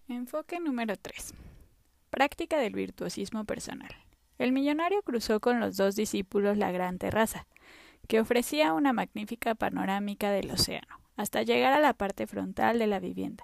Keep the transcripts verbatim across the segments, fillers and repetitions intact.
Enfoque número tres. Práctica del virtuosismo personal. El millonario cruzó con los dos discípulos la gran terraza, que ofrecía una magnífica panorámica del océano, hasta llegar a la parte frontal de la vivienda.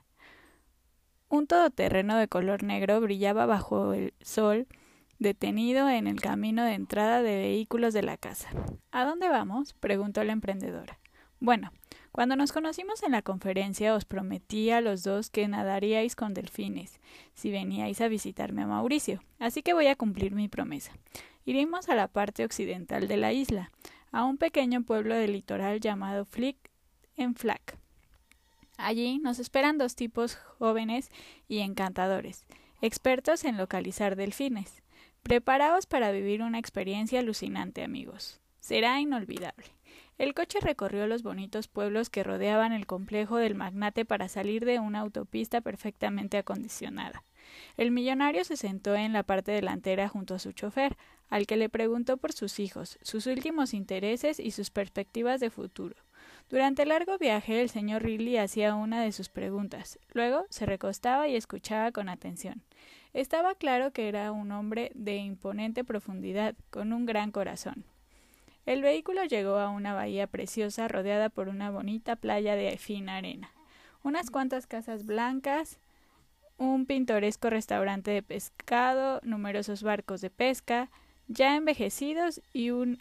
Un todoterreno de color negro brillaba bajo el sol, detenido en el camino de entrada de vehículos de la casa. ¿A dónde vamos?, preguntó la emprendedora. Bueno, cuando nos conocimos en la conferencia os prometí a los dos que nadaríais con delfines, si veníais a visitarme a Mauricio, así que voy a cumplir mi promesa. Iremos a la parte occidental de la isla, a un pequeño pueblo del litoral llamado Flick en Flack. Allí nos esperan dos tipos jóvenes y encantadores, expertos en localizar delfines. Preparaos para vivir una experiencia alucinante, amigos. Será inolvidable. El coche recorrió los bonitos pueblos que rodeaban el complejo del magnate para salir de una autopista perfectamente acondicionada. El millonario se sentó en la parte delantera junto a su chofer, al que le preguntó por sus hijos, sus últimos intereses y sus perspectivas de futuro. Durante el largo viaje, el señor Ridley hacía una de sus preguntas. Luego se recostaba y escuchaba con atención. Estaba claro que era un hombre de imponente profundidad, con un gran corazón. El vehículo llegó a una bahía preciosa rodeada por una bonita playa de fina arena, unas cuantas casas blancas, un pintoresco restaurante de pescado, numerosos barcos de pesca, ya envejecidos, y un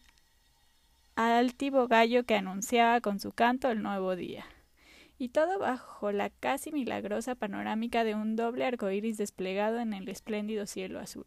altivo gallo que anunciaba con su canto el nuevo día. Y todo bajo la casi milagrosa panorámica de un doble arcoíris desplegado en el espléndido cielo azul.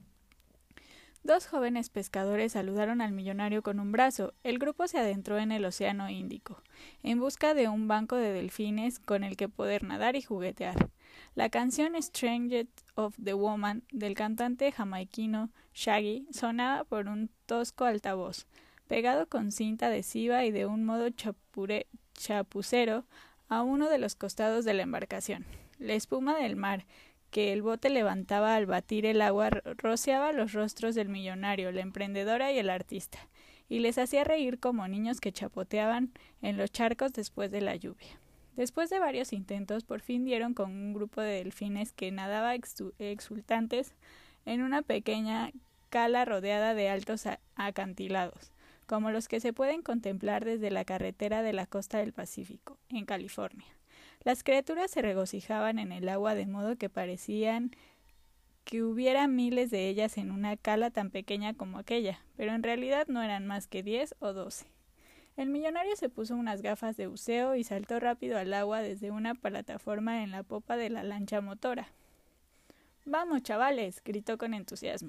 Dos jóvenes pescadores saludaron al millonario con un brazo. El grupo se adentró en el océano Índico, en busca de un banco de delfines con el que poder nadar y juguetear. La canción "Strangest of the Woman" del cantante jamaiquino Shaggy sonaba por un tosco altavoz, pegado con cinta adhesiva y de un modo chapure, chapucero a uno de los costados de la embarcación. La espuma del mar, que el bote levantaba al batir el agua, rociaba los rostros del millonario, la emprendedora y el artista, y les hacía reír como niños que chapoteaban en los charcos después de la lluvia. Después de varios intentos, por fin dieron con un grupo de delfines que nadaba exultantes en una pequeña cala rodeada de altos acantilados, como los que se pueden contemplar desde la carretera de la costa del Pacífico, en California. Las criaturas se regocijaban en el agua de modo que parecían que hubiera miles de ellas en una cala tan pequeña como aquella, pero en realidad no eran más que diez o doce. El millonario se puso unas gafas de buceo y saltó rápido al agua desde una plataforma en la popa de la lancha motora. «¡Vamos, chavales!», gritó con entusiasmo.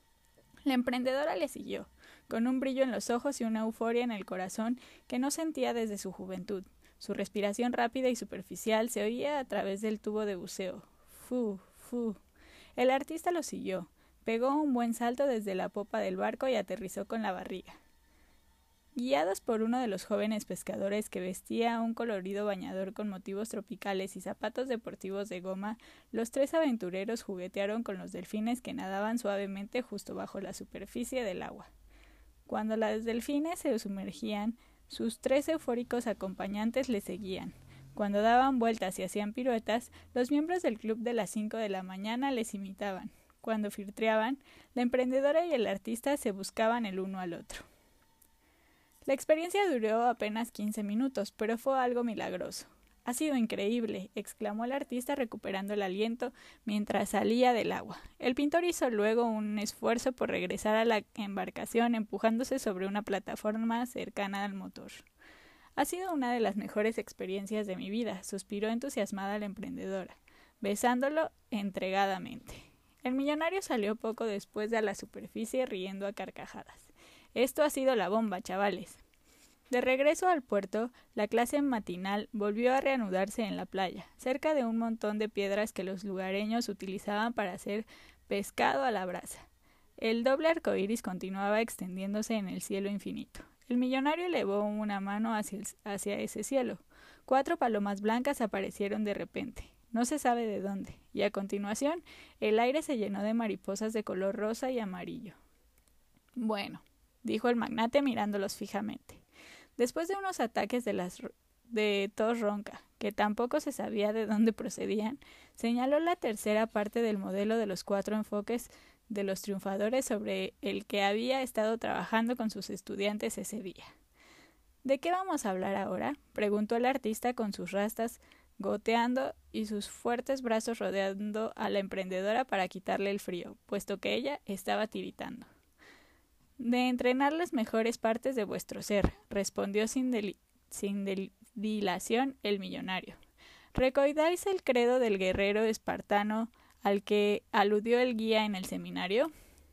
La emprendedora le siguió, con un brillo en los ojos y una euforia en el corazón que no sentía desde su juventud. Su respiración rápida y superficial se oía a través del tubo de buceo. Fu, fu. El artista lo siguió. Pegó un buen salto desde la popa del barco y aterrizó con la barriga. Guiados por uno de los jóvenes pescadores que vestía un colorido bañador con motivos tropicales y zapatos deportivos de goma, los tres aventureros juguetearon con los delfines que nadaban suavemente justo bajo la superficie del agua. Cuando los delfines se sumergían, sus tres eufóricos acompañantes le seguían. Cuando daban vueltas y hacían piruetas, los miembros del club de las cinco de la mañana les imitaban. Cuando filtreaban, la emprendedora y el artista se buscaban el uno al otro. La experiencia duró apenas quince minutos, pero fue algo milagroso. «Ha sido increíble», exclamó el artista recuperando el aliento mientras salía del agua. El pintor hizo luego un esfuerzo por regresar a la embarcación empujándose sobre una plataforma cercana al motor. «Ha sido una de las mejores experiencias de mi vida», suspiró entusiasmada la emprendedora, besándolo entregadamente. El millonario salió poco después de la superficie riendo a carcajadas. «Esto ha sido la bomba, chavales». De regreso al puerto, la clase matinal volvió a reanudarse en la playa, cerca de un montón de piedras que los lugareños utilizaban para hacer pescado a la brasa. El doble arcoíris continuaba extendiéndose en el cielo infinito. El millonario elevó una mano hacia, el, hacia ese cielo. Cuatro palomas blancas aparecieron de repente, no se sabe de dónde, y a continuación el aire se llenó de mariposas de color rosa y amarillo. «Bueno», dijo el magnate mirándolos fijamente. Después de unos ataques de las de tos ronca, que tampoco se sabía de dónde procedían, señaló la tercera parte del modelo de los cuatro enfoques de los triunfadores sobre el que había estado trabajando con sus estudiantes ese día. ¿De qué vamos a hablar ahora?, preguntó el artista con sus rastas goteando y sus fuertes brazos rodeando a la emprendedora para quitarle el frío, puesto que ella estaba tiritando. De entrenar las mejores partes de vuestro ser, respondió sin, deli- sin del- dilación el millonario. ¿Recordáis el credo del guerrero espartano al que aludió el guía en el seminario?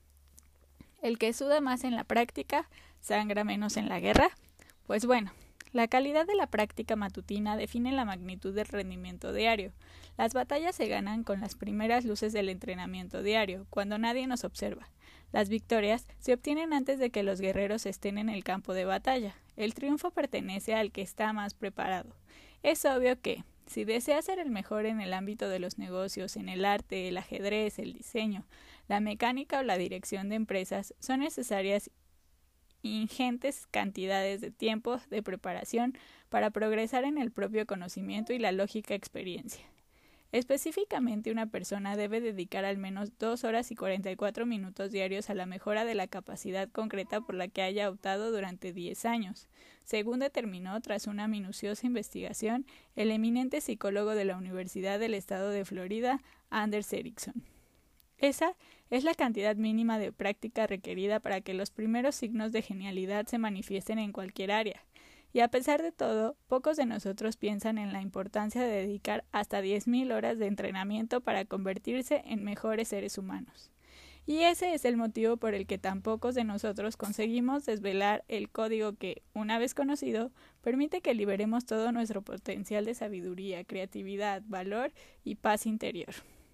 El que suda más en la práctica, sangra menos en la guerra. Pues bueno, la calidad de la práctica matutina define la magnitud del rendimiento diario. Las batallas se ganan con las primeras luces del entrenamiento diario, cuando nadie nos observa. Las victorias se obtienen antes de que los guerreros estén en el campo de batalla. El triunfo pertenece al que está más preparado. Es obvio que, si deseas ser el mejor en el ámbito de los negocios, en el arte, el ajedrez, el diseño, la mecánica o la dirección de empresas, son necesarias ingentes cantidades de tiempo de preparación para progresar en el propio conocimiento y la lógica experiencia. Específicamente, una persona debe dedicar al menos dos horas y cuarenta y cuatro minutos diarios a la mejora de la capacidad concreta por la que haya optado durante diez años, según determinó tras una minuciosa investigación el eminente psicólogo de la Universidad del Estado de Florida, Anders Ericsson. Esa es la cantidad mínima de práctica requerida para que los primeros signos de genialidad se manifiesten en cualquier área. Y a pesar de todo, pocos de nosotros piensan en la importancia de dedicar hasta diez mil horas de entrenamiento para convertirse en mejores seres humanos. Y ese es el motivo por el que tan pocos de nosotros conseguimos desvelar el código que, una vez conocido, permite que liberemos todo nuestro potencial de sabiduría, creatividad, valor y paz interior.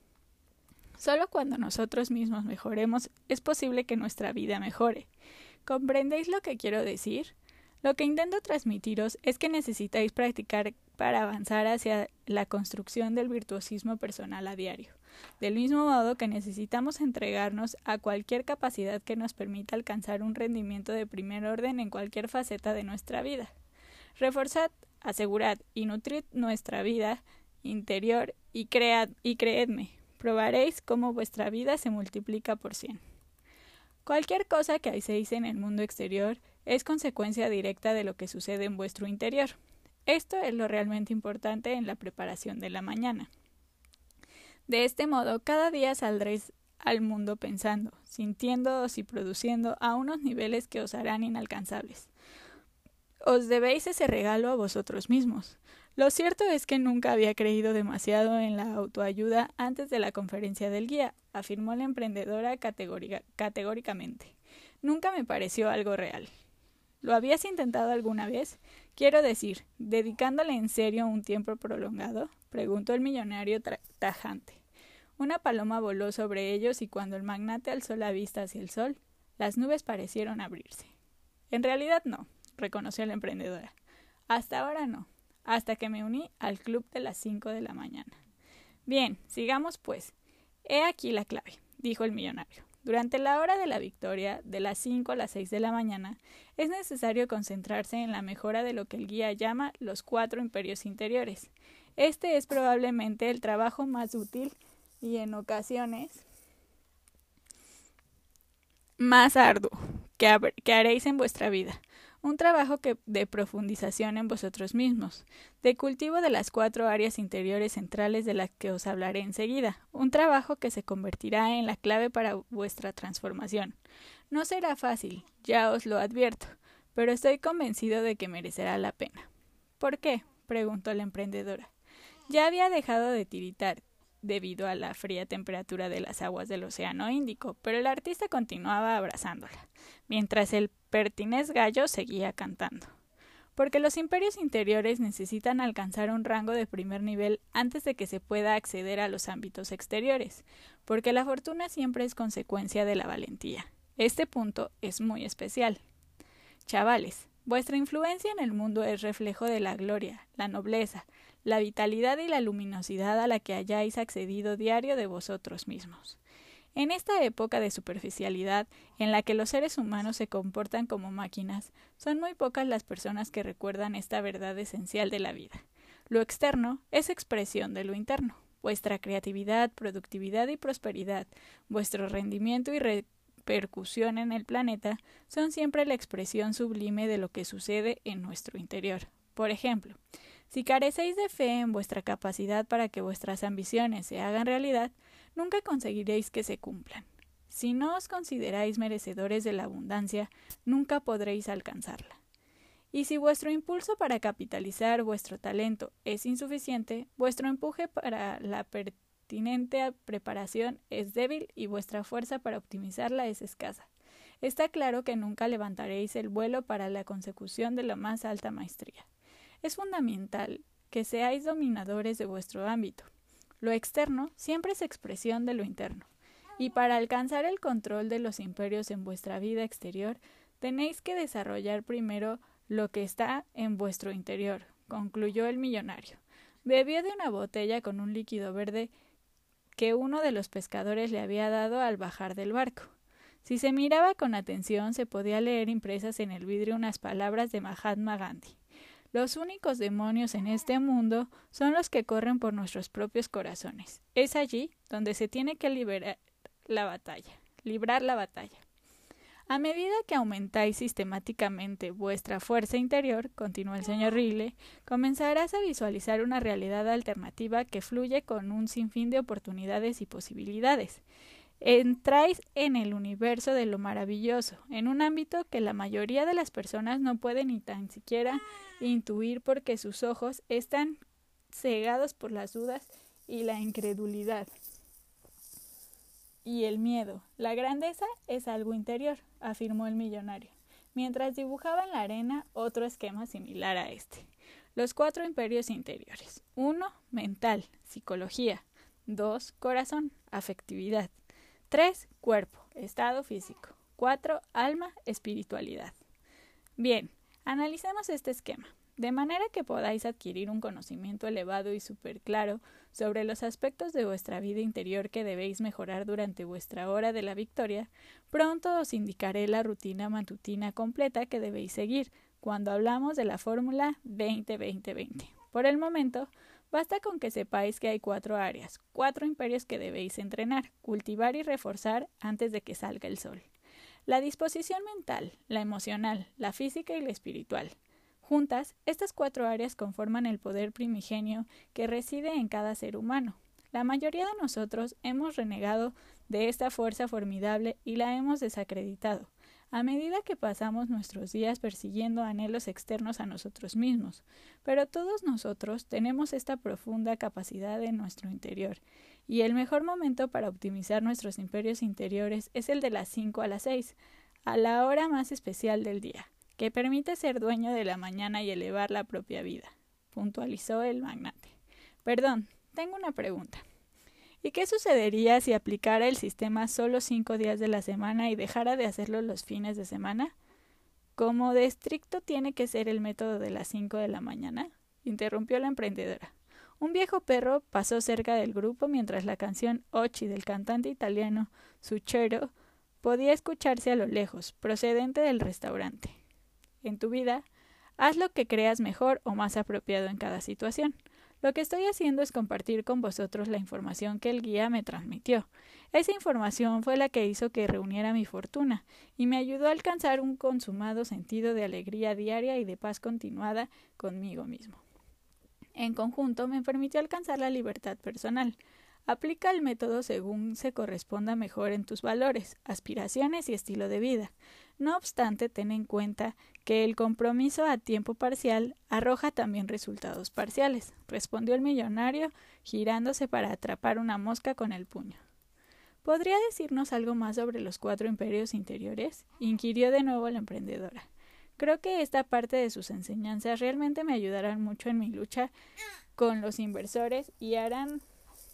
Solo cuando nosotros mismos mejoremos es posible que nuestra vida mejore. ¿Comprendéis lo que quiero decir? Lo que intento transmitiros es que necesitáis practicar para avanzar hacia la construcción del virtuosismo personal a diario, del mismo modo que necesitamos entregarnos a cualquier capacidad que nos permita alcanzar un rendimiento de primer orden en cualquier faceta de nuestra vida. Reforzad, asegurad y nutrid nuestra vida interior y, cread, y creedme, probaréis cómo vuestra vida se multiplica por cien. Cualquier cosa que hacéis en el mundo exterior es consecuencia directa de lo que sucede en vuestro interior. Esto es lo realmente importante en la preparación de la mañana. De este modo, cada día saldréis al mundo pensando, sintiéndoos y produciendo a unos niveles que os harán inalcanzables. Os debéis ese regalo a vosotros mismos. Lo cierto es que nunca había creído demasiado en la autoayuda antes de la conferencia del guía, afirmó la emprendedora categórica, categóricamente. Nunca me pareció algo real. ¿Lo habías intentado alguna vez? Quiero decir, ¿dedicándole en serio un tiempo prolongado? Preguntó el millonario tajante. Una paloma voló sobre ellos y cuando el magnate alzó la vista hacia el sol, las nubes parecieron abrirse. En realidad no, reconoció la emprendedora. Hasta ahora no, hasta que me uní al club de las cinco de la mañana. Bien, sigamos pues. He aquí la clave, dijo el millonario. Durante la hora de la victoria, de las cinco a las seis de la mañana, es necesario concentrarse en la mejora de lo que el guía llama los cuatro imperios interiores. Este es probablemente el trabajo más útil y en ocasiones más arduo que, que haréis en vuestra vida. Un trabajo que, de profundización en vosotros mismos, de cultivo de las cuatro áreas interiores centrales de las que os hablaré enseguida, un trabajo que se convertirá en la clave para vuestra transformación. No será fácil, ya os lo advierto, pero estoy convencido de que merecerá la pena. ¿Por qué?, preguntó la emprendedora. Ya había dejado de tiritar debido a la fría temperatura de las aguas del Océano Índico, pero el artista continuaba abrazándola, mientras el pertinaz gallo seguía cantando. Porque los imperios interiores necesitan alcanzar un rango de primer nivel antes de que se pueda acceder a los ámbitos exteriores, porque la fortuna siempre es consecuencia de la valentía. Este punto es muy especial. Chavales, vuestra influencia en el mundo es reflejo de la gloria, la nobleza, la vitalidad y la luminosidad a la que hayáis accedido diario de vosotros mismos. En esta época de superficialidad, en la que los seres humanos se comportan como máquinas, son muy pocas las personas que recuerdan esta verdad esencial de la vida. Lo externo es expresión de lo interno. Vuestra creatividad, productividad y prosperidad, vuestro rendimiento y repercusión en el planeta son siempre la expresión sublime de lo que sucede en nuestro interior. Por ejemplo, si carecéis de fe en vuestra capacidad para que vuestras ambiciones se hagan realidad, nunca conseguiréis que se cumplan. Si no os consideráis merecedores de la abundancia, nunca podréis alcanzarla. Y si vuestro impulso para capitalizar vuestro talento es insuficiente, vuestro empuje para la pertinente preparación es débil y vuestra fuerza para optimizarla es escasa. Está claro que nunca levantaréis el vuelo para la consecución de la más alta maestría. Es fundamental que seáis dominadores de vuestro ámbito. Lo externo siempre es expresión de lo interno, y para alcanzar el control de los imperios en vuestra vida exterior, tenéis que desarrollar primero lo que está en vuestro interior, concluyó el millonario. Bebió de una botella con un líquido verde que uno de los pescadores le había dado al bajar del barco. Si se miraba con atención, se podía leer impresas en el vidrio unas palabras de Mahatma Gandhi. Los únicos demonios en este mundo son los que corren por nuestros propios corazones. Es allí donde se tiene que liberar la batalla, librar la batalla. A medida que aumentáis sistemáticamente vuestra fuerza interior, continuó el señor Riley, comenzarás a visualizar una realidad alternativa que fluye con un sinfín de oportunidades y posibilidades. Entráis en el universo de lo maravilloso, en un ámbito que la mayoría de las personas no pueden ni tan siquiera intuir porque sus ojos están cegados por las dudas y la incredulidad y el miedo. La grandeza es algo interior, afirmó el millonario, mientras dibujaba en la arena otro esquema similar a este. Los cuatro imperios interiores. uno. Mental, psicología. dos. Corazón, afectividad. tres. Cuerpo, estado físico. cuatro. Alma, espiritualidad. Bien, analicemos este esquema, de manera que podáis adquirir un conocimiento elevado y superclaro sobre los aspectos de vuestra vida interior que debéis mejorar durante vuestra hora de la victoria. Pronto os indicaré la rutina matutina completa que debéis seguir cuando hablamos de la fórmula veinte veinte veinte. Por el momento, basta con que sepáis que hay cuatro áreas, cuatro imperios que debéis entrenar, cultivar y reforzar antes de que salga el sol. La disposición mental, la emocional, la física y la espiritual. Juntas, estas cuatro áreas conforman el poder primigenio que reside en cada ser humano. La mayoría de nosotros hemos renegado de esta fuerza formidable y la hemos desacreditado, a medida que pasamos nuestros días persiguiendo anhelos externos a nosotros mismos. Pero todos nosotros tenemos esta profunda capacidad en nuestro interior, y el mejor momento para optimizar nuestros imperios interiores es el de las cinco a las seis, a la hora más especial del día, que permite ser dueño de la mañana y elevar la propia vida, puntualizó el magnate. Perdón, tengo una pregunta. ¿Y qué sucedería si aplicara el sistema solo cinco días de la semana y dejara de hacerlo los fines de semana? ¿Cómo de estricto tiene que ser el método de las cinco de la mañana?, interrumpió la emprendedora. Un viejo perro pasó cerca del grupo mientras la canción Ochi del cantante italiano Zucchero podía escucharse a lo lejos, procedente del restaurante. En tu vida, haz lo que creas mejor o más apropiado en cada situación. Lo que estoy haciendo es compartir con vosotros la información que el guía me transmitió. Esa información fue la que hizo que reuniera mi fortuna y me ayudó a alcanzar un consumado sentido de alegría diaria y de paz continuada conmigo mismo. En conjunto, me permitió alcanzar la libertad personal. Aplica el método según se corresponda mejor en tus valores, aspiraciones y estilo de vida. No obstante, ten en cuenta que el compromiso a tiempo parcial arroja también resultados parciales, respondió el millonario, girándose para atrapar una mosca con el puño. ¿Podría decirnos algo más sobre los cuatro imperios interiores?, inquirió de nuevo la emprendedora. Creo que esta parte de sus enseñanzas realmente me ayudarán mucho en mi lucha con los inversores y harán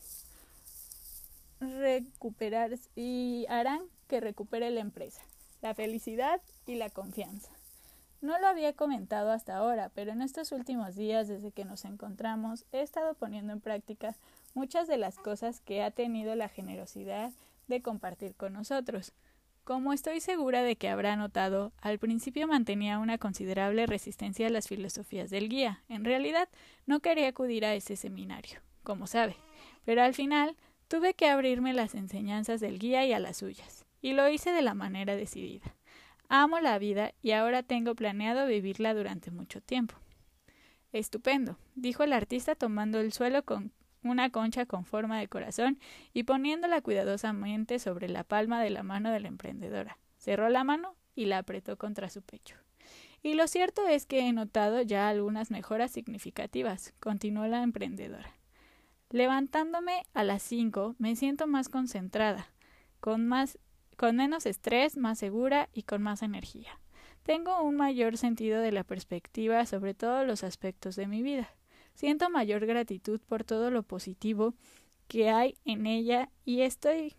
recuperar y harán que recupere la empresa, la felicidad y la confianza. No lo había comentado hasta ahora, pero en estos últimos días, desde que nos encontramos, he estado poniendo en práctica muchas de las cosas que ha tenido la generosidad de compartir con nosotros. Como estoy segura de que habrá notado, al principio mantenía una considerable resistencia a las filosofías del guía. En realidad, no quería acudir a ese seminario, como sabe, pero al final tuve que abrirme las enseñanzas del guía y a las suyas, y lo hice de la manera decidida. Amo la vida y ahora tengo planeado vivirla durante mucho tiempo. Estupendo, dijo el artista tomando el suelo con una concha con forma de corazón y poniéndola cuidadosamente sobre la palma de la mano de la emprendedora. Cerró la mano y la apretó contra su pecho. Y lo cierto es que he notado ya algunas mejoras significativas, continuó la emprendedora. Levantándome a las cinco me siento más concentrada, con más, con menos estrés, más segura y con más energía. Tengo un mayor sentido de la perspectiva sobre todos los aspectos de mi vida. Siento mayor gratitud por todo lo positivo que hay en ella y estoy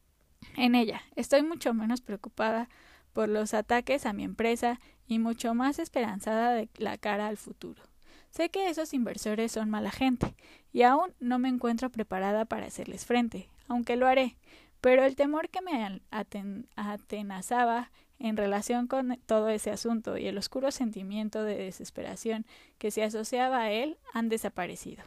en ella. Estoy mucho menos preocupada por los ataques a mi empresa y mucho más esperanzada de la cara al futuro. Sé que esos inversores son mala gente y aún no me encuentro preparada para hacerles frente, aunque lo haré, pero el temor que me aten- atenazaba en relación con todo ese asunto y el oscuro sentimiento de desesperación que se asociaba a él han desaparecido.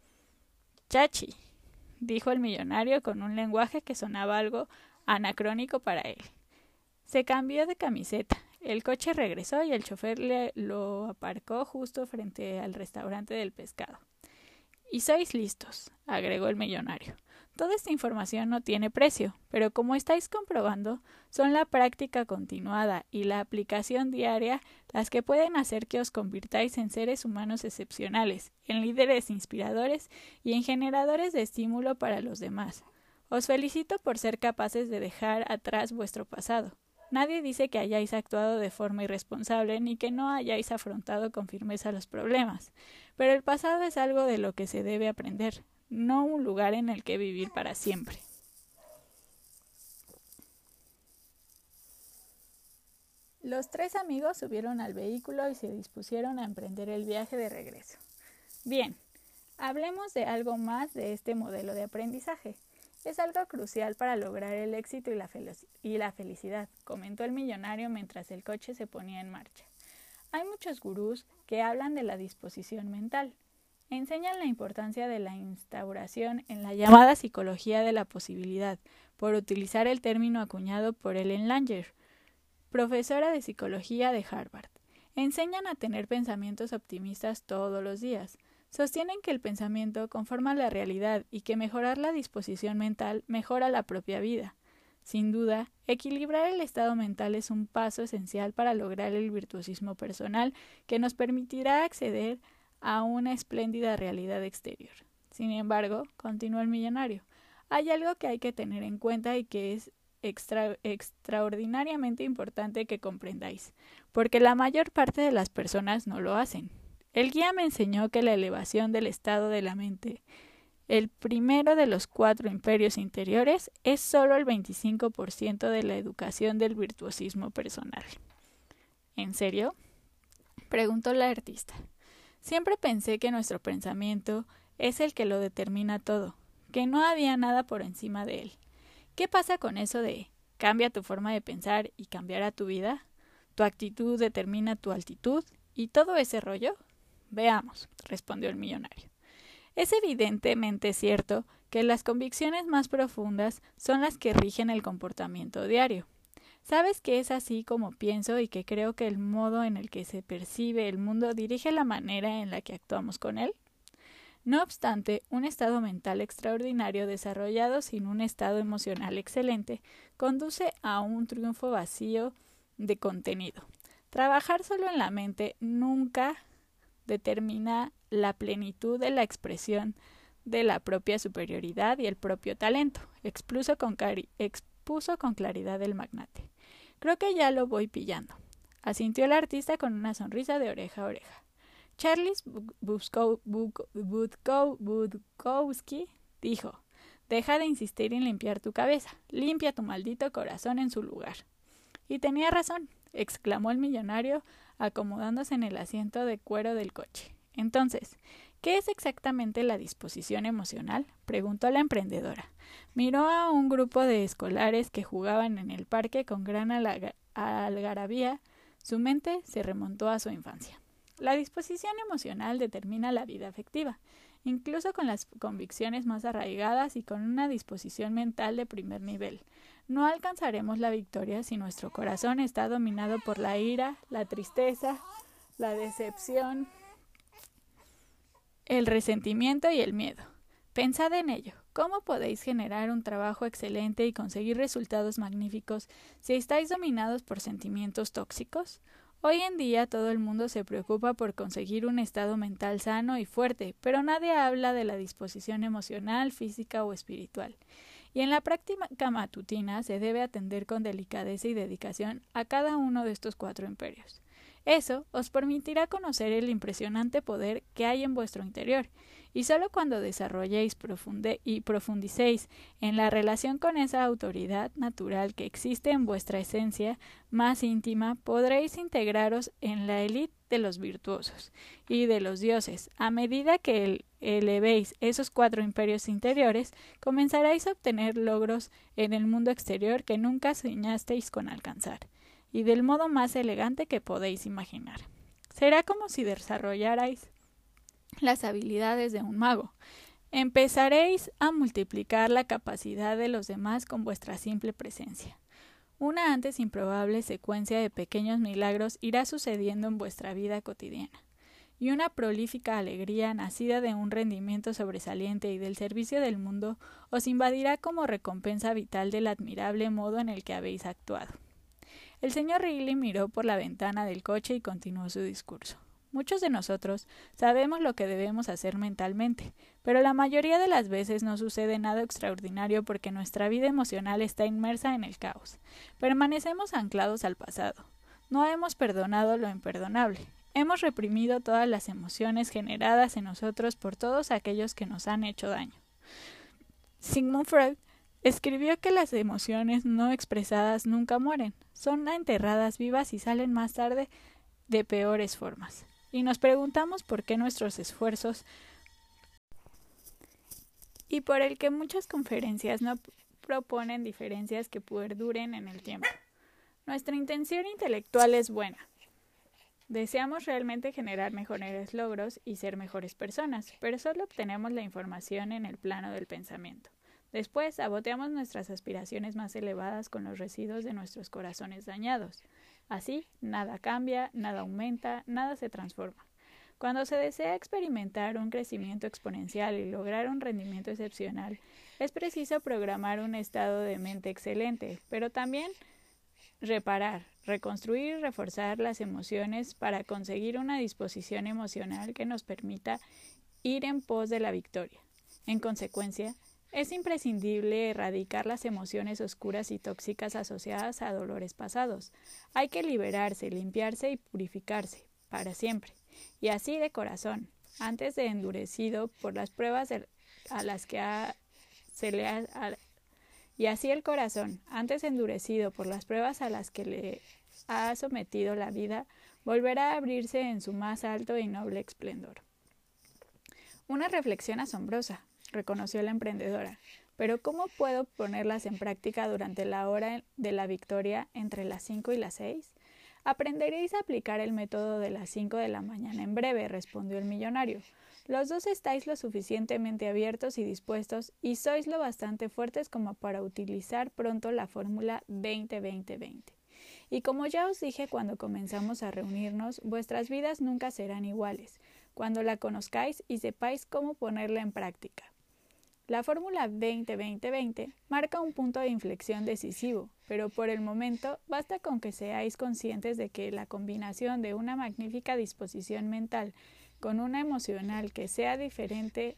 Chachi, dijo el millonario con un lenguaje que sonaba algo anacrónico para él. Se cambió de camiseta, el coche regresó y el chofer le lo aparcó justo frente al restaurante del pescado. Y sois listos, agregó el millonario. Toda esta información no tiene precio, pero como estáis comprobando, son la práctica continuada y la aplicación diaria las que pueden hacer que os convirtáis en seres humanos excepcionales, en líderes inspiradores y en generadores de estímulo para los demás. Os felicito por ser capaces de dejar atrás vuestro pasado. Nadie dice que hayáis actuado de forma irresponsable ni que no hayáis afrontado con firmeza los problemas, pero el pasado es algo de lo que se debe aprender, no un lugar en el que vivir para siempre. Los tres amigos subieron al vehículo y se dispusieron a emprender el viaje de regreso. Bien, hablemos de algo más de este modelo de aprendizaje. Es algo crucial para lograr el éxito y la, y la felicidad, comentó el millonario mientras el coche se ponía en marcha. Hay muchos gurús que hablan de la disposición mental. Enseñan la importancia de la instauración en la llamada psicología de la posibilidad, por utilizar el término acuñado por Ellen Langer, profesora de psicología de Harvard. Enseñan a tener pensamientos optimistas todos los días. Sostienen que el pensamiento conforma la realidad y que mejorar la disposición mental mejora la propia vida. Sin duda, equilibrar el estado mental es un paso esencial para lograr el virtuosismo personal que nos permitirá acceder a una espléndida realidad exterior. Sin embargo, continuó el millonario, hay algo que hay que tener en cuenta y que es extra, extraordinariamente importante que comprendáis, porque la mayor parte de las personas no lo hacen. El guía me enseñó que la elevación del estado de la mente, el primero de los cuatro imperios interiores, es solo el veinticinco por ciento de la educación del virtuosismo personal. ¿En serio?, preguntó la artista. Siempre pensé que nuestro pensamiento es el que lo determina todo, que no había nada por encima de él. ¿Qué pasa con eso de cambia tu forma de pensar y cambiará tu vida? ¿Tu actitud determina tu altitud? ¿Y todo ese rollo? Veamos, respondió el millonario. Es evidentemente cierto que las convicciones más profundas son las que rigen el comportamiento diario. ¿Sabes que es así como pienso y que creo que el modo en el que se percibe el mundo dirige la manera en la que actuamos con él? No obstante, un estado mental extraordinario desarrollado sin un estado emocional excelente conduce a un triunfo vacío de contenido. Trabajar solo en la mente nunca determina la plenitud de la expresión de la propia superioridad y el propio talento, expuso con, cari- expuso con claridad el magnate. Creo que ya lo voy pillando, asintió el artista con una sonrisa de oreja a oreja. Charles Bukowski dijo, deja de insistir en limpiar tu cabeza, limpia tu maldito corazón en su lugar. Y tenía razón, exclamó el millonario, acomodándose en el asiento de cuero del coche. Entonces, ¿Qué es exactamente la disposición emocional?, preguntó la emprendedora. Miró a un grupo de escolares que jugaban en el parque con gran algarabía. Su mente se remontó a su infancia. La disposición emocional determina la vida afectiva, incluso con las convicciones más arraigadas y con una disposición mental de primer nivel. No alcanzaremos la victoria si nuestro corazón está dominado por la ira, la tristeza, la decepción, el resentimiento y el miedo. Pensad en ello. ¿Cómo podéis generar un trabajo excelente y conseguir resultados magníficos si estáis dominados por sentimientos tóxicos? Hoy en día todo el mundo se preocupa por conseguir un estado mental sano y fuerte, pero nadie habla de la disposición emocional, física o espiritual. Y en la práctica matutina se debe atender con delicadeza y dedicación a cada uno de estos cuatro imperios. Eso os permitirá conocer el impresionante poder que hay en vuestro interior, y solo cuando desarrolléis profunde y profundicéis en la relación con esa autoridad natural que existe en vuestra esencia más íntima, podréis integraros en la élite de los virtuosos y de los dioses. A medida que el, elevéis esos cuatro imperios interiores, comenzaréis a obtener logros en el mundo exterior que nunca soñasteis con alcanzar, y del modo más elegante que podéis imaginar. Será como si desarrollarais las habilidades de un mago. Empezaréis a multiplicar la capacidad de los demás con vuestra simple presencia. Una antes improbable secuencia de pequeños milagros irá sucediendo en vuestra vida cotidiana, y una prolífica alegría nacida de un rendimiento sobresaliente y del servicio del mundo os invadirá como recompensa vital del admirable modo en el que habéis actuado. El señor Wrigley miró por la ventana del coche y continuó su discurso. Muchos de nosotros sabemos lo que debemos hacer mentalmente, pero la mayoría de las veces no sucede nada extraordinario porque nuestra vida emocional está inmersa en el caos. Permanecemos anclados al pasado. No hemos perdonado lo imperdonable. Hemos reprimido todas las emociones generadas en nosotros por todos aquellos que nos han hecho daño. Sigmund Freud escribió que las emociones no expresadas nunca mueren, son enterradas vivas y salen más tarde de peores formas. Y nos preguntamos por qué nuestros esfuerzos y por el que muchas conferencias no proponen diferencias que perduren en el tiempo. Nuestra intención intelectual es buena. Deseamos realmente generar mejores logros y ser mejores personas, pero solo obtenemos la información en el plano del pensamiento. Después saboteamos nuestras aspiraciones más elevadas con los residuos de nuestros corazones dañados. Así, nada cambia, nada aumenta, nada se transforma. Cuando se desea experimentar un crecimiento exponencial y lograr un rendimiento excepcional, es preciso programar un estado de mente excelente, pero también reparar, reconstruir y reforzar las emociones para conseguir una disposición emocional que nos permita ir en pos de la victoria. En consecuencia, es imprescindible erradicar las emociones oscuras y tóxicas asociadas a dolores pasados. Hay que liberarse, limpiarse y purificarse, para siempre, y así de corazón, antes de endurecido por las pruebas de, a las que ha, se le ha... A, y así el corazón, antes endurecido por las pruebas a las que le ha sometido la vida, volverá a abrirse en su más alto y noble esplendor. Una reflexión asombrosa, reconoció la emprendedora, pero ¿cómo puedo ponerlas en práctica durante la hora de la victoria entre las cinco y las seis? Aprenderéis a aplicar el método de las cinco de la mañana en breve, respondió el millonario. Los dos estáis lo suficientemente abiertos y dispuestos y sois lo bastante fuertes como para utilizar pronto la fórmula veinte veinte veinte. Y como ya os dije cuando comenzamos a reunirnos, vuestras vidas nunca serán iguales, cuando la conozcáis y sepáis cómo ponerla en práctica. La fórmula veinte veinte veinte marca un punto de inflexión decisivo, pero por el momento basta con que seáis conscientes de que la combinación de una magnífica disposición mental con una emocional que sea diferente,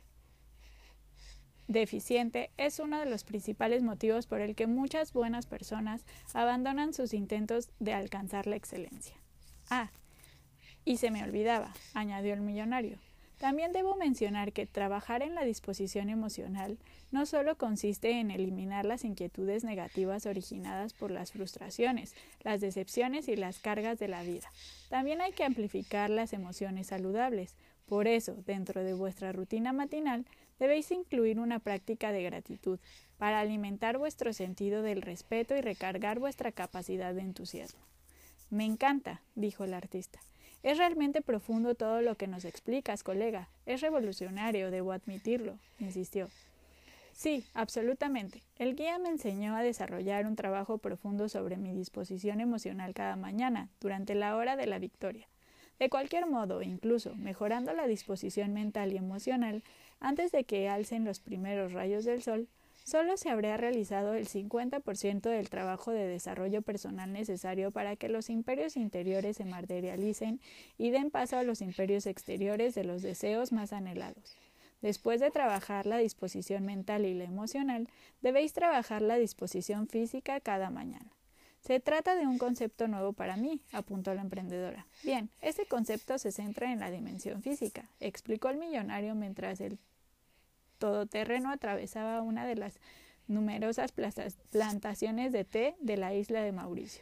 deficiente, es uno de los principales motivos por el que muchas buenas personas abandonan sus intentos de alcanzar la excelencia. Ah, y se me olvidaba, añadió el millonario. También debo mencionar que trabajar en la disposición emocional no solo consiste en eliminar las inquietudes negativas originadas por las frustraciones, las decepciones y las cargas de la vida. También hay que amplificar las emociones saludables, Por eso, dentro de vuestra rutina matinal, debéis incluir una práctica de gratitud para alimentar vuestro sentido del respeto y recargar vuestra capacidad de entusiasmo. Me encanta, dijo el artista. Es realmente profundo todo lo que nos explicas, colega. Es revolucionario, debo admitirlo, insistió. Sí, absolutamente. El guía me enseñó a desarrollar un trabajo profundo sobre mi disposición emocional cada mañana, durante la hora de la victoria. De cualquier modo, incluso mejorando la disposición mental y emocional, antes de que alcen los primeros rayos del sol, solo se habría realizado el cincuenta por ciento del trabajo de desarrollo personal necesario para que los imperios interiores se materialicen y den paso a los imperios exteriores de los deseos más anhelados. Después de trabajar la disposición mental y la emocional, debéis trabajar la disposición física cada mañana. Se trata de un concepto nuevo para mí, apuntó la emprendedora. Bien, ese concepto se centra en la dimensión física, explicó el millonario mientras el todoterreno atravesaba una de las numerosas plantaciones de té de la isla de Mauricio.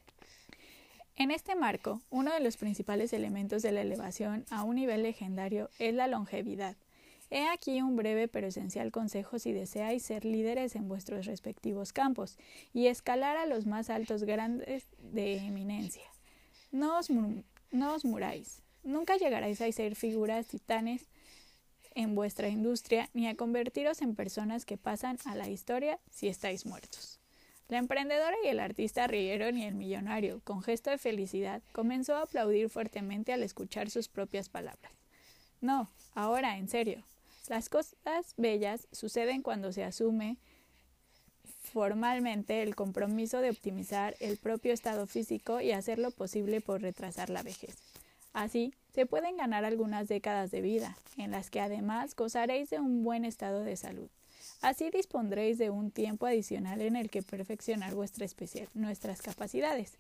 En este marco, uno de los principales elementos de la elevación a un nivel legendario es la longevidad. He aquí un breve pero esencial consejo si deseáis ser líderes en vuestros respectivos campos y escalar a los más altos grandes de eminencia. No os, no os muráis. Nunca llegaréis a ser figuras titanes en vuestra industria ni a convertiros en personas que pasan a la historia si estáis muertos. La emprendedora y el artista rieron y el millonario, con gesto de felicidad, comenzó a aplaudir fuertemente al escuchar sus propias palabras. No, ahora, en serio. Las cosas bellas suceden cuando se asume formalmente el compromiso de optimizar el propio estado físico y hacer lo posible por retrasar la vejez. Así, se pueden ganar algunas décadas de vida, en las que además gozaréis de un buen estado de salud. Así dispondréis de un tiempo adicional en el que perfeccionar vuestra especial, nuestras capacidades,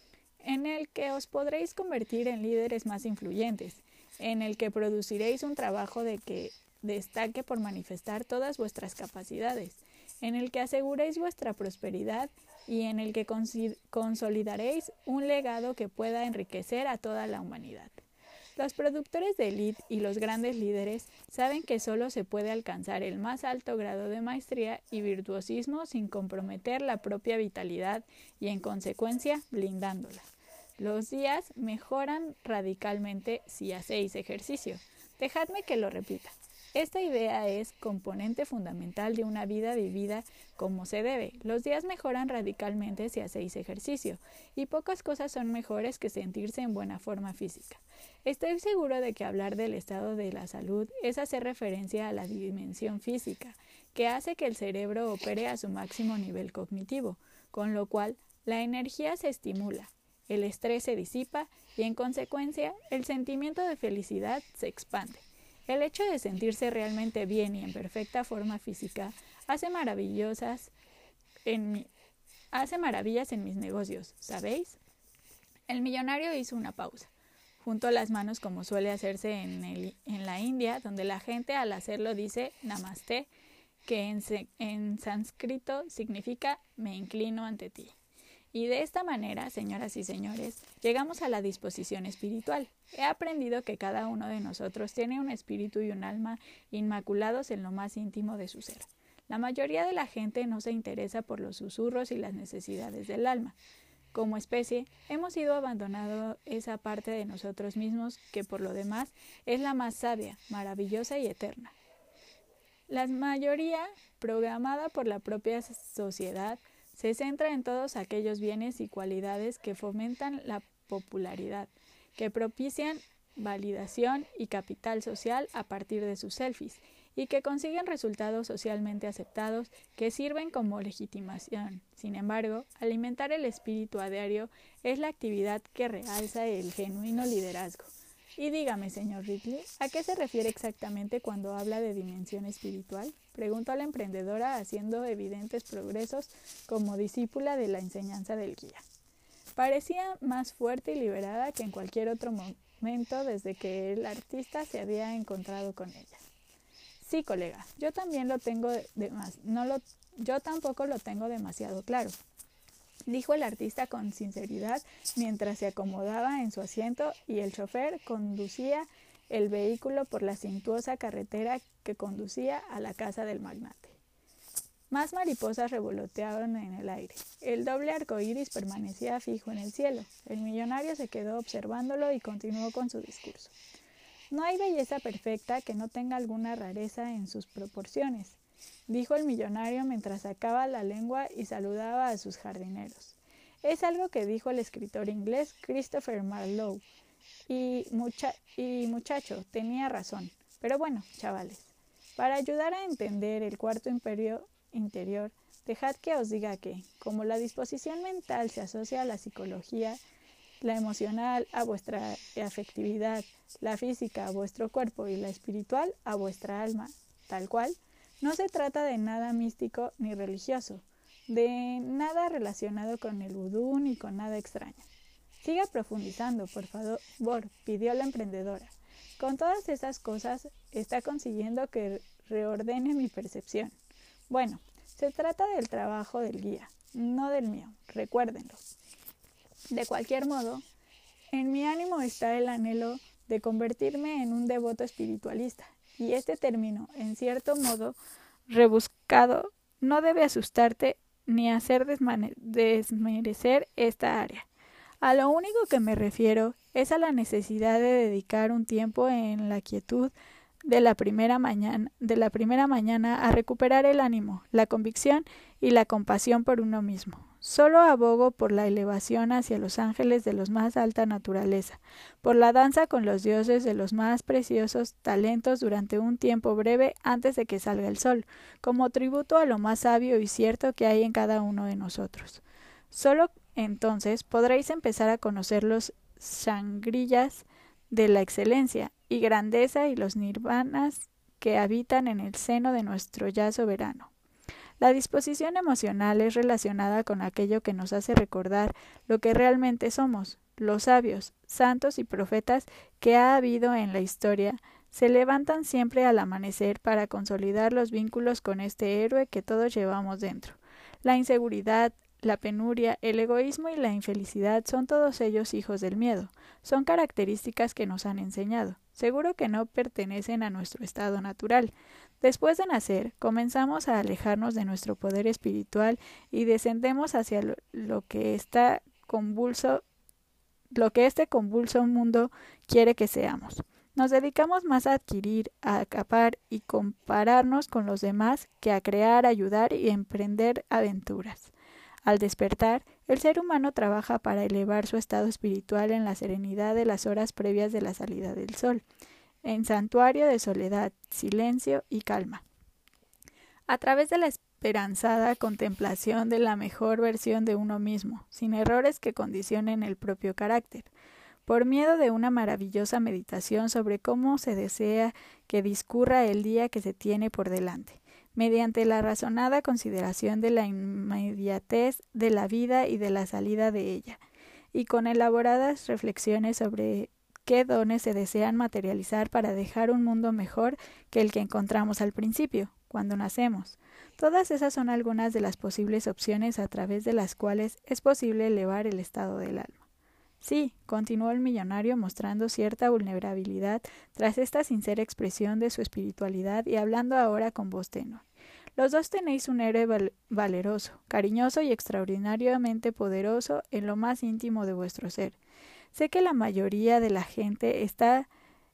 en el que os podréis convertir en líderes más influyentes, en el que produciréis un trabajo de que destaque por manifestar todas vuestras capacidades, en el que aseguréis vuestra prosperidad y en el que consolidaréis un legado que pueda enriquecer a toda la humanidad. Los productores de élite y los grandes líderes saben que solo se puede alcanzar el más alto grado de maestría y virtuosismo sin comprometer la propia vitalidad y, en consecuencia, blindándola. Los días mejoran radicalmente si hacéis ejercicio. Dejadme que lo repita. Esta idea es componente fundamental de una vida vivida como se debe. Los días mejoran radicalmente si hacéis ejercicio, y pocas cosas son mejores que sentirse en buena forma física. Estoy seguro de que hablar del estado de la salud es hacer referencia a la dimensión física, que hace que el cerebro opere a su máximo nivel cognitivo, con lo cual la energía se estimula, el estrés se disipa y, en consecuencia, el sentimiento de felicidad se expande. El hecho de sentirse realmente bien y en perfecta forma física hace maravillosas en mi, hace maravillas en mis negocios, ¿sabéis? El millonario hizo una pausa. Juntó las manos como suele hacerse en, el, en la India, donde la gente al hacerlo dice Namaste, que en, en sánscrito significa me inclino ante ti. Y de esta manera, señoras y señores, llegamos a la disposición espiritual. He aprendido que cada uno de nosotros tiene un espíritu y un alma inmaculados en lo más íntimo de su ser. La mayoría de la gente no se interesa por los susurros y las necesidades del alma. Como especie, hemos ido abandonando esa parte de nosotros mismos que, por lo demás, es la más sabia, maravillosa y eterna. La mayoría, programada por la propia sociedad, se centra en todos aquellos bienes y cualidades que fomentan la popularidad, que propician validación y capital social a partir de sus selfies, y que consiguen resultados socialmente aceptados que sirven como legitimación. Sin embargo, alimentar el espíritu a diario es la actividad que realza el genuino liderazgo. Y dígame, señor Ridley, ¿a qué se refiere exactamente cuando habla de dimensión espiritual? Preguntó la emprendedora, haciendo evidentes progresos como discípula de la enseñanza del guía. Parecía más fuerte y liberada que en cualquier otro momento desde que el artista se había encontrado con ella. Sí, colega, yo también lo tengo de, de más, no lo, yo tampoco lo tengo demasiado claro, dijo el artista con sinceridad mientras se acomodaba en su asiento y el chofer conducía el vehículo por la suntuosa carretera que conducía a la casa del magnate. Más mariposas revoloteaban en el aire. El doble arco iris permanecía fijo en el cielo. El millonario se quedó observándolo y continuó con su discurso. No hay belleza perfecta que no tenga alguna rareza en sus proporciones, dijo el millonario mientras sacaba la lengua y saludaba a sus jardineros. Es algo que dijo el escritor inglés Christopher Marlowe. Y, mucha y muchacho, tenía razón. Pero bueno, chavales, para ayudar a entender el cuarto imperio interior, dejad que os diga que, como la disposición mental se asocia a la psicología, la emocional a vuestra afectividad, la física a vuestro cuerpo y la espiritual a vuestra alma, tal cual, no se trata de nada místico ni religioso, de nada relacionado con el vudú ni con nada extraño. Siga profundizando, por favor, pidió la emprendedora. Con todas esas cosas está consiguiendo que reordene mi percepción. Bueno, se trata del trabajo del guía, no del mío, recuérdenlo. De cualquier modo, en mi ánimo está el anhelo de convertirme en un devoto espiritualista, y este término, en cierto modo rebuscado, no debe asustarte ni hacer desmerecer esta área. A lo único que me refiero es a la necesidad de dedicar un tiempo en la quietud de la primera mañana, de la primera mañana a recuperar el ánimo, la convicción y la compasión por uno mismo. Solo abogo por la elevación hacia los ángeles de los más alta naturaleza, por la danza con los dioses de los más preciosos talentos durante un tiempo breve antes de que salga el sol, como tributo a lo más sabio y cierto que hay en cada uno de nosotros. Solo entonces podréis empezar a conocer los shangri-las de la excelencia y grandeza y los nirvanas que habitan en el seno de nuestro ya soberano. La disposición emocional es relacionada con aquello que nos hace recordar lo que realmente somos. Los sabios, santos y profetas que ha habido en la historia se levantan siempre al amanecer para consolidar los vínculos con este héroe que todos llevamos dentro. La inseguridad, la penuria, el egoísmo y la infelicidad son todos ellos hijos del miedo. Son características que nos han enseñado. Seguro que no pertenecen a nuestro estado natural. Después de nacer, comenzamos a alejarnos de nuestro poder espiritual y descendemos hacia lo, lo que está convulso, lo que este convulso mundo quiere que seamos. Nos dedicamos más a adquirir, a acapar y compararnos con los demás que a crear, ayudar y emprender aventuras. Al despertar, el ser humano trabaja para elevar su estado espiritual en la serenidad de las horas previas de la salida del sol, en santuario de soledad, silencio y calma. A través de la esperanzada contemplación de la mejor versión de uno mismo, sin errores que condicionen el propio carácter, por miedo de una maravillosa meditación sobre cómo se desea que discurra el día que se tiene por delante, mediante la razonada consideración de la inmediatez de la vida y de la salida de ella, y con elaboradas reflexiones sobre qué dones se desean materializar para dejar un mundo mejor que el que encontramos al principio, cuando nacemos. Todas esas son algunas de las posibles opciones a través de las cuales es posible elevar el estado del alma. Sí, continuó el millonario mostrando cierta vulnerabilidad tras esta sincera expresión de su espiritualidad y hablando ahora con voz tenue. Los dos tenéis un héroe val valeroso, cariñoso y extraordinariamente poderoso en lo más íntimo de vuestro ser. Sé que la mayoría de la gente está...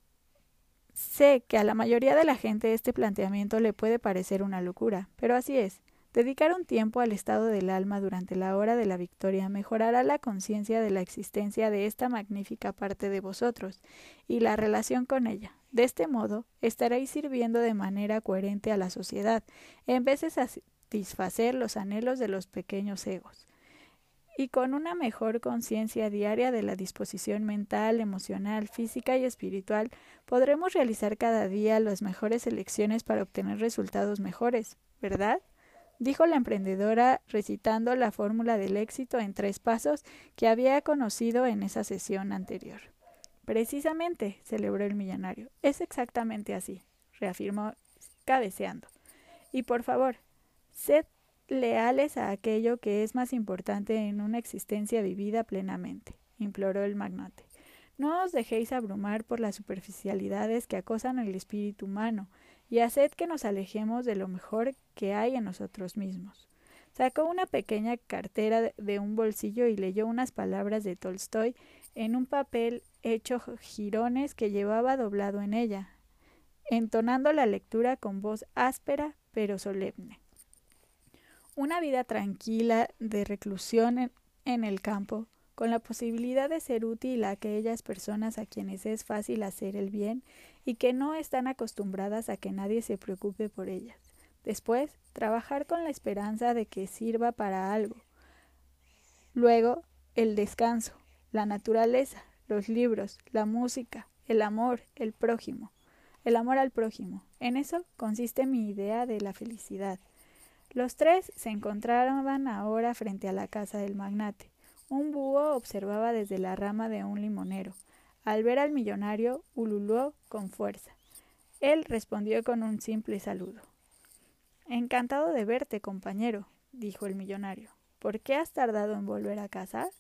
Sé que a la mayoría de la gente este planteamiento le puede parecer una locura, pero así es. Dedicar un tiempo al estado del alma durante la hora de la victoria mejorará la conciencia de la existencia de esta magnífica parte de vosotros y la relación con ella. De este modo, estaréis sirviendo de manera coherente a la sociedad, en vez de satisfacer los anhelos de los pequeños egos. Y con una mejor conciencia diaria de la disposición mental, emocional, física y espiritual, podremos realizar cada día las mejores elecciones para obtener resultados mejores, ¿verdad?, dijo la emprendedora recitando la fórmula del éxito en tres pasos que había conocido en esa sesión anterior. Precisamente, celebró el millonario, es exactamente así, reafirmó cabeceando. Y por favor, sed leales a aquello que es más importante en una existencia vivida plenamente, imploró el magnate. No os dejéis abrumar por las superficialidades que acosan el espíritu humano, y haced que nos alejemos de lo mejor que hay en nosotros mismos. Sacó una pequeña cartera de un bolsillo y leyó unas palabras de Tolstoy en un papel hecho jirones que llevaba doblado en ella, entonando la lectura con voz áspera pero solemne. Una vida tranquila de reclusión en, en el campo, con la posibilidad de ser útil a aquellas personas a quienes es fácil hacer el bien y que no están acostumbradas a que nadie se preocupe por ellas. Después, trabajar con la esperanza de que sirva para algo. Luego, el descanso, la naturaleza, los libros, la música, el amor, el prójimo. El amor al prójimo. En eso consiste mi idea de la felicidad. Los tres se encontraban ahora frente a la casa del magnate. Un búho observaba desde la rama de un limonero. Al ver al millonario, ululó con fuerza. Él respondió con un simple saludo. «Encantado de verte, compañero», dijo el millonario. «¿Por qué has tardado en volver a casa?»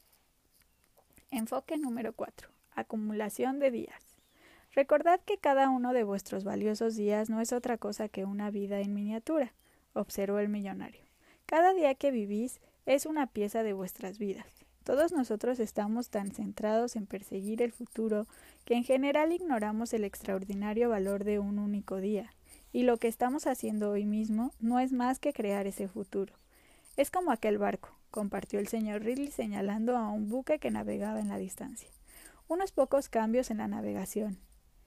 Enfoque número cuatro. Acumulación de días. Recordad que cada uno de vuestros valiosos días no es otra cosa que una vida en miniatura, observó el millonario. Cada día que vivís es una pieza de vuestras vidas. Todos nosotros estamos tan centrados en perseguir el futuro que en general ignoramos el extraordinario valor de un único día, y lo que estamos haciendo hoy mismo no es más que crear ese futuro. Es como aquel barco, compartió el señor Ridley señalando a un buque que navegaba en la distancia. Unos pocos cambios en la navegación,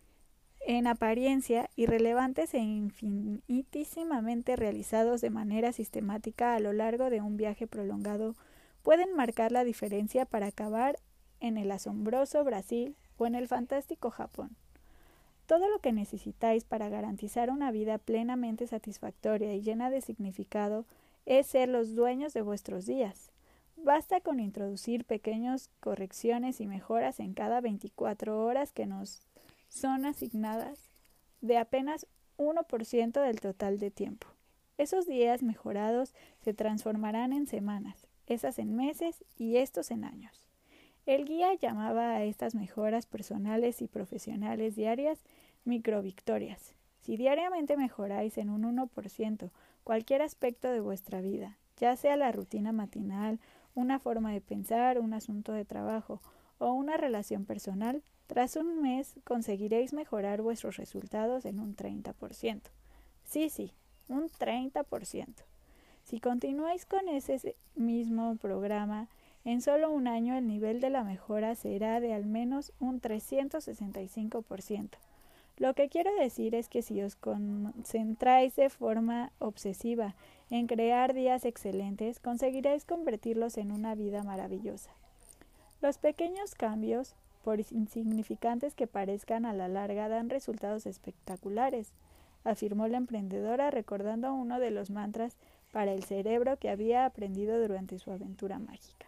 en apariencia irrelevantes e infinitísimamente realizados de manera sistemática a lo largo de un viaje prolongado, pueden marcar la diferencia para acabar en el asombroso Brasil o en el fantástico Japón. Todo lo que necesitáis para garantizar una vida plenamente satisfactoria y llena de significado es ser los dueños de vuestros días. Basta con introducir pequeñas correcciones y mejoras en cada veinticuatro horas que nos son asignadas de apenas uno por ciento del total de tiempo. Esos días mejorados se transformarán en semanas, esas en meses y estos en años. El guía llamaba a estas mejoras personales y profesionales diarias microvictorias. Si diariamente mejoráis en un uno por ciento cualquier aspecto de vuestra vida, ya sea la rutina matinal, una forma de pensar, un asunto de trabajo o una relación personal, tras un mes conseguiréis mejorar vuestros resultados en un treinta por ciento. Sí, sí, un treinta por ciento. Si continuáis con ese mismo programa, en solo un año el nivel de la mejora será de al menos un trescientos sesenta y cinco por ciento. Lo que quiero decir es que si os concentráis de forma obsesiva en crear días excelentes, conseguiréis convertirlos en una vida maravillosa. Los pequeños cambios, por insignificantes que parezcan, a la larga dan resultados espectaculares, afirmó la emprendedora recordando uno de los mantras para el cerebro que había aprendido durante su aventura mágica.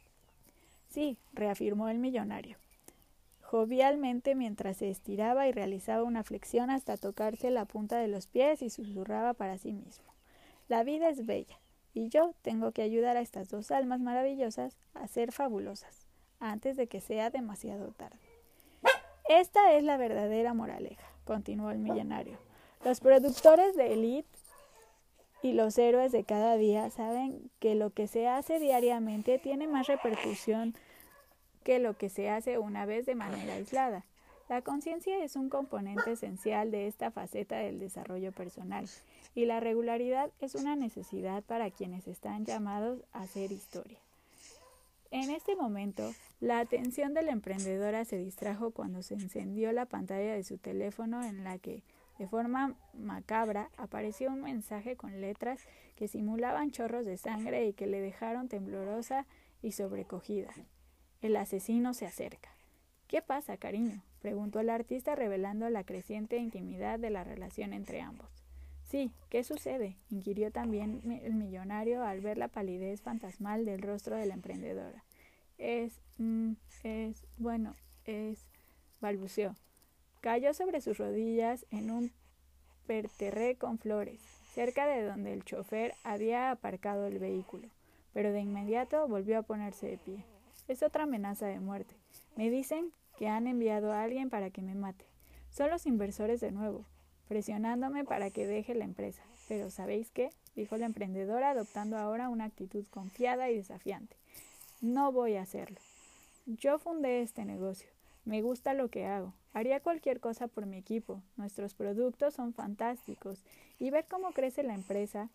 Sí, reafirmó el millonario, jovialmente mientras se estiraba y realizaba una flexión hasta tocarse la punta de los pies y susurraba para sí mismo. La vida es bella, y yo tengo que ayudar a estas dos almas maravillosas a ser fabulosas, antes de que sea demasiado tarde. Esta es la verdadera moraleja, continuó el millonario. Los productores de élite y los héroes de cada día saben que lo que se hace diariamente tiene más repercusión que lo que se hace una vez de manera aislada. La conciencia es un componente esencial de esta faceta del desarrollo personal, y la regularidad es una necesidad para quienes están llamados a hacer historia. En este momento, la atención de la emprendedora se distrajo cuando se encendió la pantalla de su teléfono en la que, de forma macabra, apareció un mensaje con letras que simulaban chorros de sangre y que le dejaron temblorosa y sobrecogida. El asesino se acerca. ¿Qué pasa, cariño?, preguntó el artista revelando la creciente intimidad de la relación entre ambos. Sí, ¿qué sucede?, inquirió también el millonario al ver la palidez fantasmal del rostro de la emprendedora. Es, mm, es, bueno, es, balbuceó. Cayó sobre sus rodillas en un parterre con flores, cerca de donde el chofer había aparcado el vehículo, pero de inmediato volvió a ponerse de pie. Es otra amenaza de muerte. Me dicen que han enviado a alguien para que me mate. Son los inversores de nuevo, presionándome para que deje la empresa. Pero ¿sabéis qué?, dijo la emprendedora, adoptando ahora una actitud confiada y desafiante. No voy a hacerlo. Yo fundé este negocio. Me gusta lo que hago. Haría cualquier cosa por mi equipo. Nuestros productos son fantásticos y ver cómo crece la empresa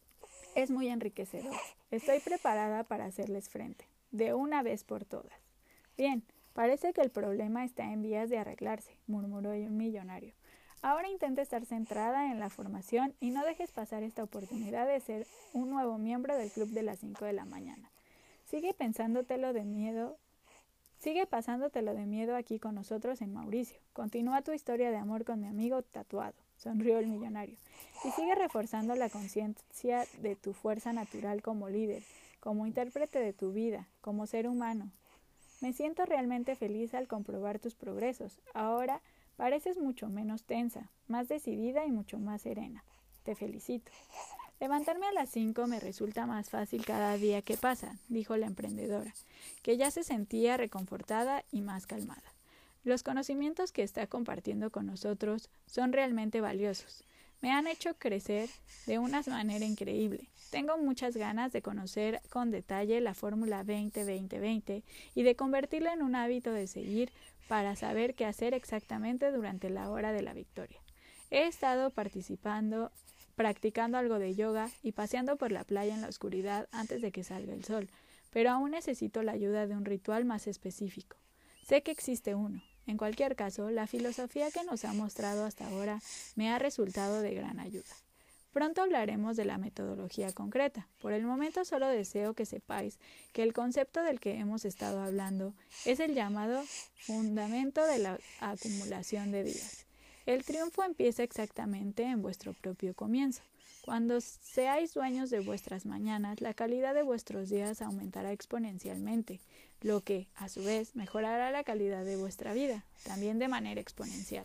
es muy enriquecedor. Estoy preparada para hacerles frente, de una vez por todas. Bien, parece que el problema está en vías de arreglarse, murmuró el millonario. Ahora intenta estar centrada en la formación y no dejes pasar esta oportunidad de ser un nuevo miembro del club de las cinco de la mañana. Sigue pensándotelo de miedo, sigue pasándotelo de miedo aquí con nosotros en Mauricio. Continúa tu historia de amor con mi amigo tatuado, sonrió el millonario, y sigue reforzando la conciencia de tu fuerza natural como líder, como intérprete de tu vida, como ser humano. Me siento realmente feliz al comprobar tus progresos. Ahora pareces mucho menos tensa, más decidida y mucho más serena. Te felicito. Levantarme a las cinco me resulta más fácil cada día que pasa, dijo la emprendedora, que ya se sentía reconfortada y más calmada. Los conocimientos que está compartiendo con nosotros son realmente valiosos. Me han hecho crecer de una manera increíble. Tengo muchas ganas de conocer con detalle la fórmula veinte veinte veinte y de convertirla en un hábito de seguir para saber qué hacer exactamente durante la hora de la victoria. He estado participando, practicando algo de yoga y paseando por la playa en la oscuridad antes de que salga el sol, pero aún necesito la ayuda de un ritual más específico. Sé que existe uno. En cualquier caso, la filosofía que nos ha mostrado hasta ahora me ha resultado de gran ayuda. Pronto hablaremos de la metodología concreta. Por el momento solo deseo que sepáis que el concepto del que hemos estado hablando es el llamado fundamento de la acumulación de días. El triunfo empieza exactamente en vuestro propio comienzo. Cuando seáis dueños de vuestras mañanas, la calidad de vuestros días aumentará exponencialmente, lo que, a su vez, mejorará la calidad de vuestra vida, también de manera exponencial.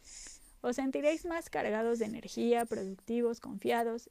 Os sentiréis más cargados de energía, productivos, confiados,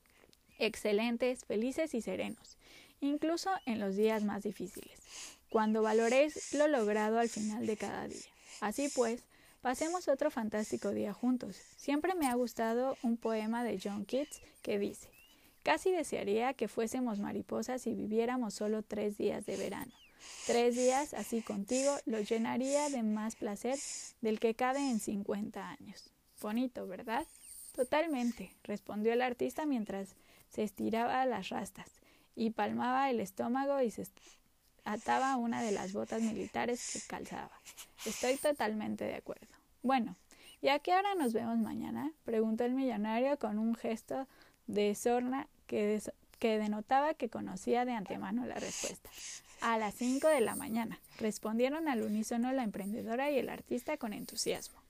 excelentes, felices y serenos, incluso en los días más difíciles, cuando valoréis lo logrado al final de cada día. Así pues, pasemos otro fantástico día juntos. Siempre me ha gustado un poema de John Keats que dice: casi desearía que fuésemos mariposas y viviéramos solo tres días de verano. Tres días así contigo los llenaría de más placer del que cabe en cincuenta años. Bonito, ¿verdad? Totalmente, respondió el artista mientras se estiraba las rastas y palmaba el estómago y se ataba una de las botas militares que calzaba. Estoy totalmente de acuerdo. Bueno, ¿y a qué hora nos vemos mañana?, preguntó el millonario con un gesto de sorna que, des que denotaba que conocía de antemano la respuesta. A las cinco de la mañana, respondieron al unísono la emprendedora y el artista con entusiasmo.